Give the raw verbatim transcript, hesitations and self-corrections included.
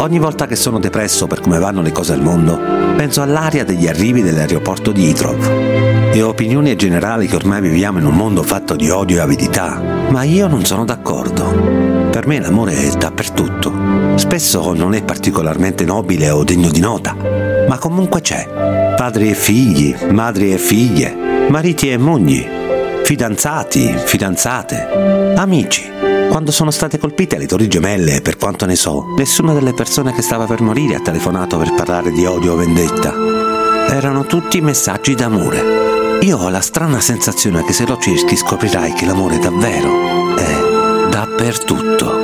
Ogni volta che sono depresso per come vanno le cose al mondo, penso all'aria degli arrivi dell'aeroporto di Heathrow e ho opinioni generali che ormai viviamo in un mondo fatto di odio e avidità, ma io non sono d'accordo. Per me l'amore è dappertutto. Spesso non è particolarmente nobile o degno di nota, ma comunque c'è. Padri e figli, madri e figlie, mariti e mogli, fidanzati, fidanzate, amici. Quando sono state colpite le torri gemelle, per quanto ne so, nessuna delle persone che stava per morire ha telefonato per parlare di odio o vendetta. Erano tutti messaggi d'amore. Io ho la strana sensazione che se lo cerchi scoprirai che l'amore davvero è dappertutto.